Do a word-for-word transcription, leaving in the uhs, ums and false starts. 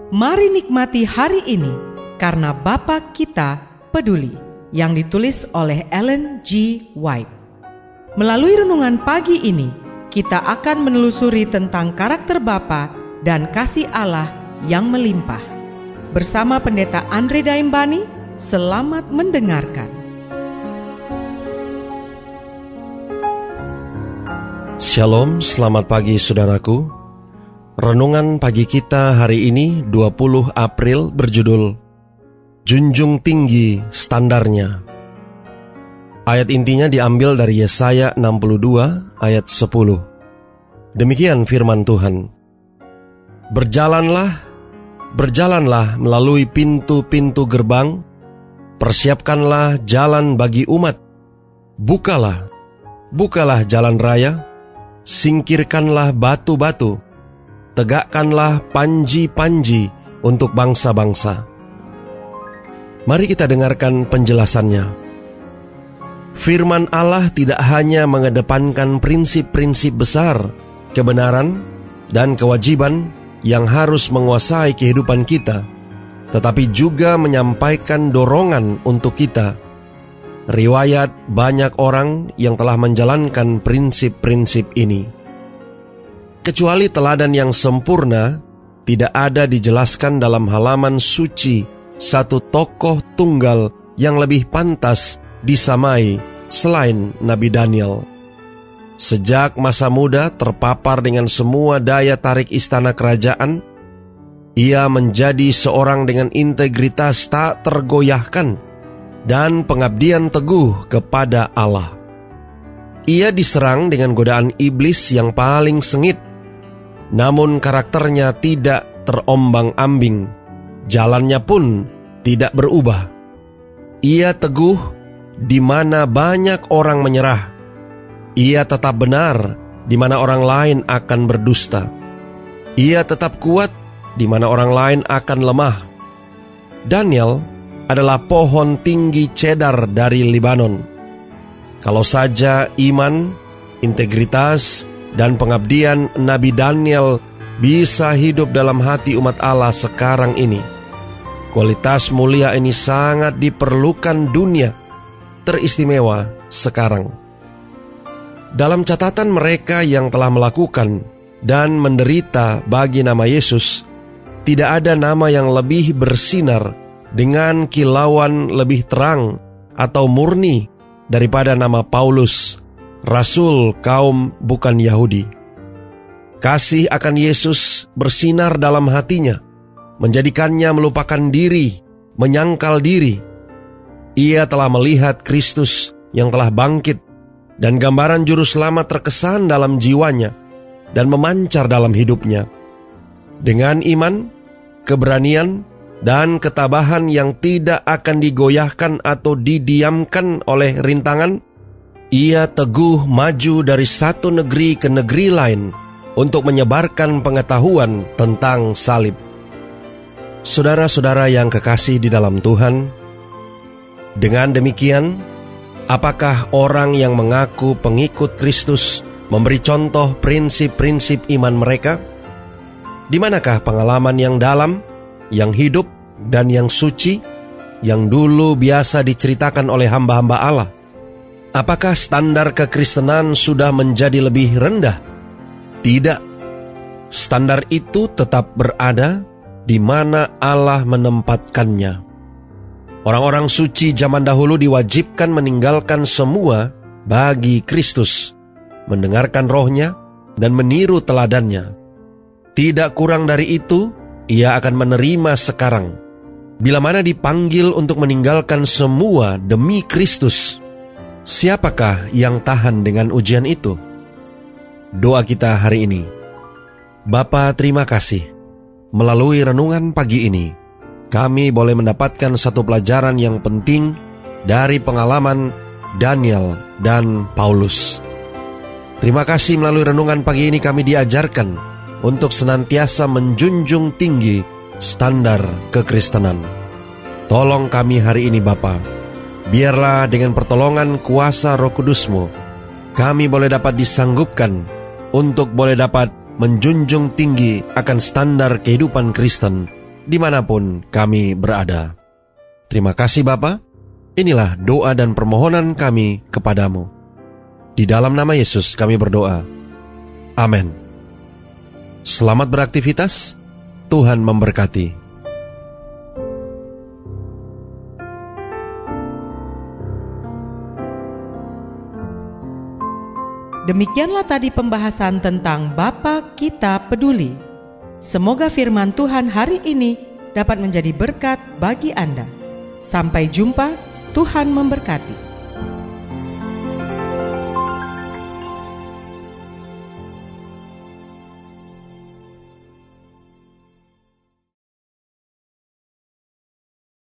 Mari nikmati hari ini karena Bapa kita peduli, yang ditulis oleh Ellen G. White. Melalui renungan pagi ini, kita akan menelusuri tentang karakter Bapa dan kasih Allah yang melimpah. Bersama Pendeta Andre Daimbani, selamat mendengarkan. Shalom, selamat pagi saudaraku. Renungan pagi kita hari ini dua puluh April berjudul Junjung Tinggi Standarnya. Ayat intinya diambil dari Yesaya enam puluh dua ayat sepuluh. Demikian firman Tuhan. Berjalanlah, berjalanlah melalui pintu-pintu gerbang, persiapkanlah jalan bagi umat. Bukalah, bukalah jalan raya, singkirkanlah batu-batu, tegakkanlah panji-panji untuk bangsa-bangsa. Mari kita dengarkan penjelasannya. Firman Allah tidak hanya mengedepankan prinsip-prinsip besar, kebenaran, dan kewajiban yang harus menguasai kehidupan kita, tetapi juga menyampaikan dorongan untuk kita. Riwayat banyak orang yang telah menjalankan prinsip-prinsip ini. Kecuali teladan yang sempurna, tidak ada dijelaskan dalam halaman suci satu tokoh tunggal yang lebih pantas disamai selain Nabi Daniel. Sejak masa muda terpapar dengan semua daya tarik istana kerajaan, ia menjadi seorang dengan integritas tak tergoyahkan dan pengabdian teguh kepada Allah. Ia diserang dengan godaan iblis yang paling sengit, namun karakternya tidak terombang-ambing, jalannya pun tidak berubah. Ia teguh di mana banyak orang menyerah. Ia tetap benar di mana orang lain akan berdusta. Ia tetap kuat di mana orang lain akan lemah. Daniel adalah pohon tinggi cedar dari Libanon. Kalau saja iman, integritas, dan pengabdian Nabi Daniel bisa hidup dalam hati umat Allah sekarang ini, kualitas mulia ini sangat diperlukan dunia, teristimewa sekarang. Dalam catatan mereka yang telah melakukan dan menderita bagi nama Yesus, tidak ada nama yang lebih bersinar dengan kilauan lebih terang atau murni daripada nama Paulus, Rasul kaum bukan Yahudi. Kasih akan Yesus bersinar dalam hatinya, menjadikannya melupakan diri, menyangkal diri. Ia telah melihat Kristus yang telah bangkit, dan gambaran juru selamat terkesan dalam jiwanya dan memancar dalam hidupnya. Dengan iman, keberanian, dan ketabahan yang tidak akan digoyahkan atau didiamkan oleh rintangan, ia teguh maju dari satu negeri ke negeri lain untuk menyebarkan pengetahuan tentang salib. Saudara-saudara yang kekasih di dalam Tuhan, dengan demikian, apakah orang yang mengaku pengikut Kristus memberi contoh prinsip-prinsip iman mereka? Di manakah pengalaman yang dalam, yang hidup, dan yang suci yang dulu biasa diceritakan oleh hamba-hamba Allah? Apakah standar kekristenan sudah menjadi lebih rendah? Tidak. Standar itu tetap berada di mana Allah menempatkannya. Orang-orang suci zaman dahulu diwajibkan meninggalkan semua bagi Kristus, mendengarkan rohnya, dan meniru teladannya. Tidak kurang dari itu, ia akan menerima sekarang. Bila mana dipanggil untuk meninggalkan semua demi Kristus, siapakah yang tahan dengan ujian itu? Doa kita hari ini. Bapa, terima kasih. Melalui renungan pagi ini, kami boleh mendapatkan satu pelajaran yang penting dari pengalaman Daniel dan Paulus. Terima kasih melalui renungan pagi ini kami diajarkan untuk senantiasa menjunjung tinggi standar kekristenan. Tolong kami hari ini Bapa, biarlah dengan pertolongan kuasa Roh Kudus-Mu, kami boleh dapat disanggupkan untuk boleh dapat menjunjung tinggi akan standar kehidupan Kristen dimanapun kami berada. Terima kasih Bapa. Inilah doa dan permohonan kami kepadamu. Di dalam nama Yesus kami berdoa. Amin. Selamat beraktivitas. Tuhan memberkati. Demikianlah tadi pembahasan tentang Bapa Kita Peduli. Semoga firman Tuhan hari ini dapat menjadi berkat bagi Anda. Sampai jumpa, Tuhan memberkati.